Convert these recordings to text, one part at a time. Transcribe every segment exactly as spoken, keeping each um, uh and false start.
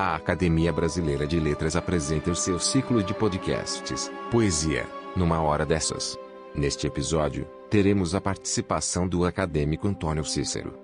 A Academia Brasileira de Letras apresenta o seu ciclo de podcasts, Poesia, numa hora dessas. Neste episódio, teremos a participação do acadêmico Antônio Cícero.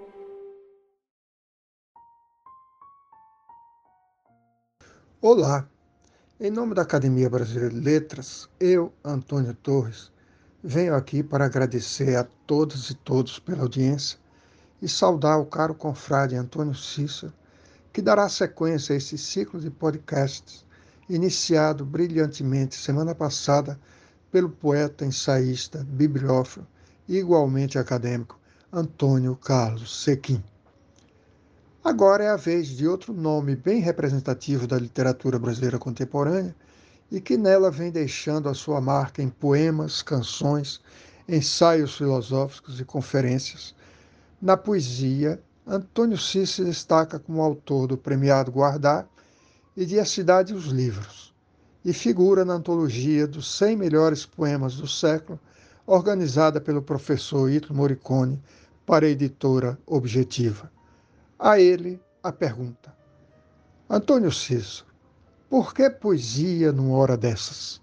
Olá! Em nome da Academia Brasileira de Letras, eu, Antônio Torres, venho aqui para agradecer a todas e todos pela audiência e saudar o caro confrade Antônio Cícero, que dará sequência a esse ciclo de podcasts iniciado brilhantemente semana passada pelo poeta, ensaísta, bibliófilo e igualmente acadêmico Antônio Carlos Sequim. Agora é a vez de outro nome bem representativo da literatura brasileira contemporânea e que nela vem deixando a sua marca em poemas, canções, ensaios filosóficos e conferências. Na poesia, Antônio Cícero destaca como autor do premiado Guardar e de A Cidade e os Livros, e figura na antologia dos cem melhores poemas do século, organizada pelo professor Ítalo Morricone para a editora Objetiva. A ele a pergunta: Antônio Cícero, por que poesia numa hora dessas?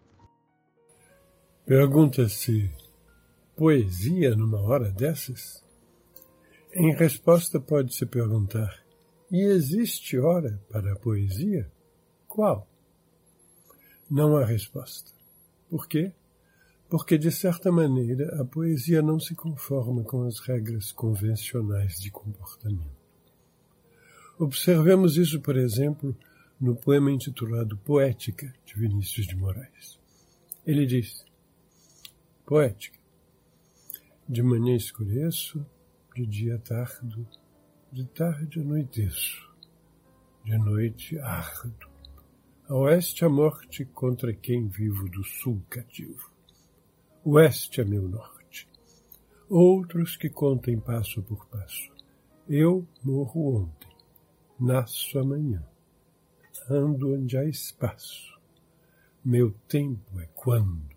Pergunta-se: poesia numa hora dessas? Em resposta pode-se perguntar: e existe hora para a poesia? Qual? Não há resposta. Por quê? Porque, de certa maneira, a poesia não se conforma com as regras convencionais de comportamento. Observemos isso, por exemplo, no poema intitulado Poética, de Vinícius de Moraes. Ele diz: Poética. De manhã escureço, de dia tardo, de tarde anoiteço, de noite ardo. A oeste a morte contra quem vivo do sul cativo. Oeste é meu norte. Outros que contem passo por passo. Eu morro ontem, nasço amanhã. Ando onde há espaço. Meu tempo é quando.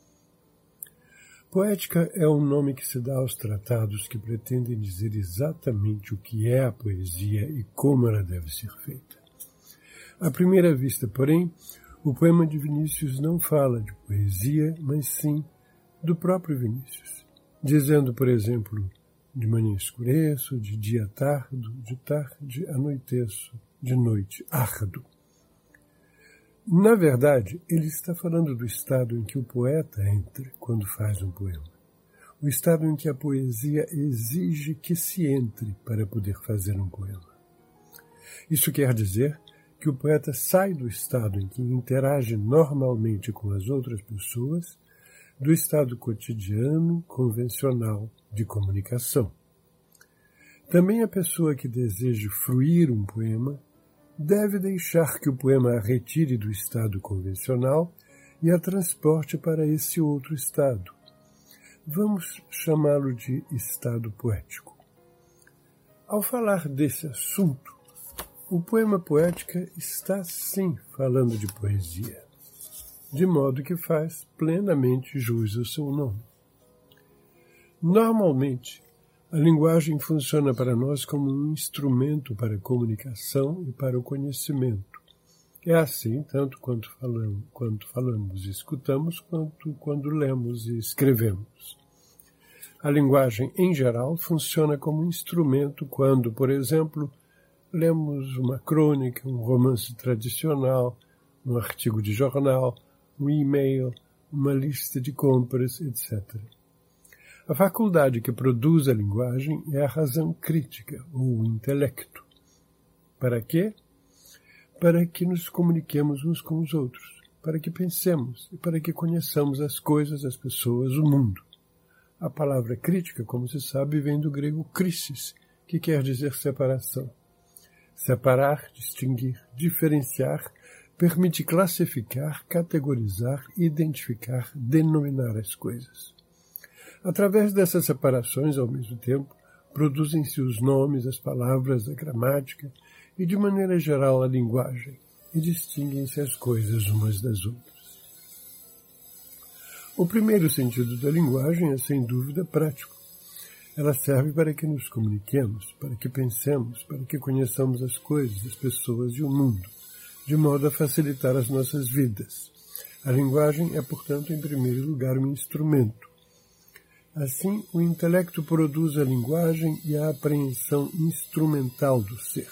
Poética é um nome que se dá aos tratados que pretendem dizer exatamente o que é a poesia e como ela deve ser feita. À primeira vista, porém, o poema de Vinícius não fala de poesia, mas sim do próprio Vinícius, dizendo, por exemplo, de manhã escureço, de dia tardo, de tarde anoiteço, de noite ardo. Na verdade, ele está falando do estado em que o poeta entra quando faz um poema. O estado em que a poesia exige que se entre para poder fazer um poema. Isso quer dizer que o poeta sai do estado em que interage normalmente com as outras pessoas, do estado cotidiano, convencional de comunicação. Também a pessoa que deseja fruir um poema deve deixar que o poema a retire do estado convencional e a transporte para esse outro estado. Vamos chamá-lo de estado poético. Ao falar desse assunto, o poema Poética está sim falando de poesia, de modo que faz plenamente jus ao seu nome. Normalmente, a linguagem funciona para nós como um instrumento para a comunicação e para o conhecimento. É assim, tanto quanto falamos, quanto falamos e escutamos, quanto quando lemos e escrevemos. A linguagem, em geral, funciona como instrumento quando, por exemplo, lemos uma crônica, um romance tradicional, um artigo de jornal, um e-mail, uma lista de compras, etcétera. A faculdade que produz a linguagem é a razão crítica, ou o intelecto. Para quê? Para que nos comuniquemos uns com os outros, para que pensemos e para que conheçamos as coisas, as pessoas, o mundo. A palavra crítica, como se sabe, vem do grego krisis, que quer dizer separação. Separar, distinguir, diferenciar, permite classificar, categorizar, identificar, denominar as coisas. Através dessas separações, ao mesmo tempo, produzem-se os nomes, as palavras, a gramática e, de maneira geral, a linguagem, e distinguem-se as coisas umas das outras. O primeiro sentido da linguagem é, sem dúvida, prático. Ela serve para que nos comuniquemos, para que pensemos, para que conheçamos as coisas, as pessoas e o mundo, de modo a facilitar as nossas vidas. A linguagem é, portanto, em primeiro lugar, um instrumento. Assim, o intelecto produz a linguagem e a apreensão instrumental do ser.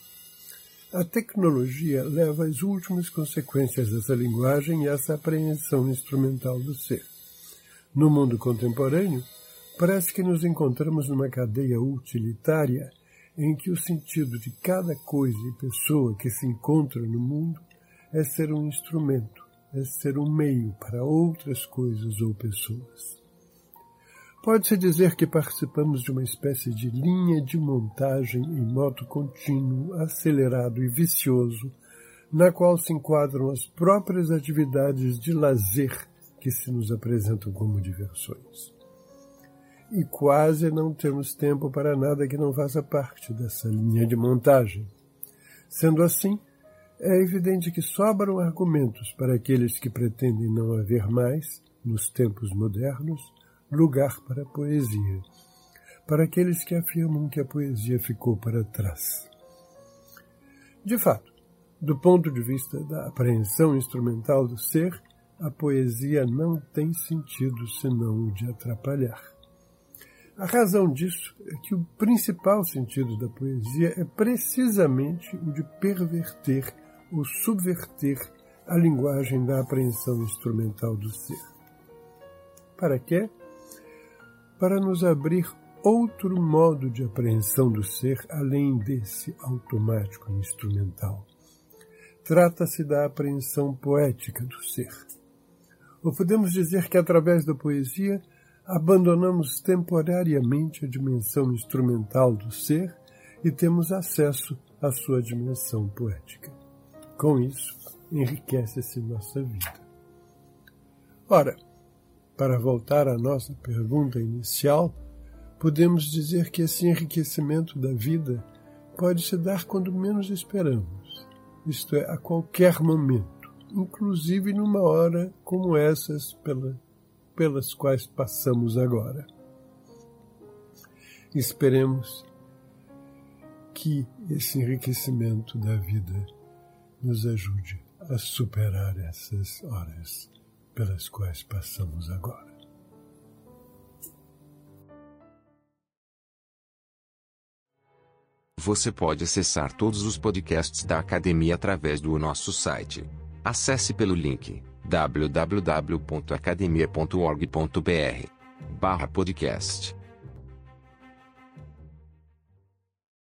A tecnologia leva às últimas consequências dessa linguagem e essa apreensão instrumental do ser. No mundo contemporâneo, parece que nos encontramos numa cadeia utilitária em que o sentido de cada coisa e pessoa que se encontra no mundo é ser um instrumento, é ser um meio para outras coisas ou pessoas. Pode-se dizer que participamos de uma espécie de linha de montagem em modo contínuo, acelerado e vicioso, na qual se enquadram as próprias atividades de lazer que se nos apresentam como diversões. E quase não temos tempo para nada que não faça parte dessa linha de montagem. Sendo assim, é evidente que sobram argumentos para aqueles que pretendem não haver mais, nos tempos modernos, lugar para a poesia, para aqueles que afirmam que a poesia ficou para trás. De fato, do ponto de vista da apreensão instrumental do ser, a poesia não tem sentido senão o de atrapalhar. A razão disso é que o principal sentido da poesia é precisamente o de perverter ou subverter a linguagem da apreensão instrumental do ser. Para quê? Para nos abrir outro modo de apreensão do ser além desse automático instrumental. Trata-se da apreensão poética do ser. Ou podemos dizer que, através da poesia, abandonamos temporariamente a dimensão instrumental do ser e temos acesso à sua dimensão poética. Com isso, enriquece-se nossa vida. Ora, para voltar à nossa pergunta inicial, podemos dizer que esse enriquecimento da vida pode se dar quando menos esperamos, isto é, a qualquer momento, inclusive numa hora como essas pela, pelas quais passamos agora. Esperemos que esse enriquecimento da vida nos ajude a superar essas horas pelas quais passamos agora. Você pode acessar todos os podcasts da Academia através do nosso site. Acesse pelo link w w w ponto academia ponto org ponto b r barra podcast.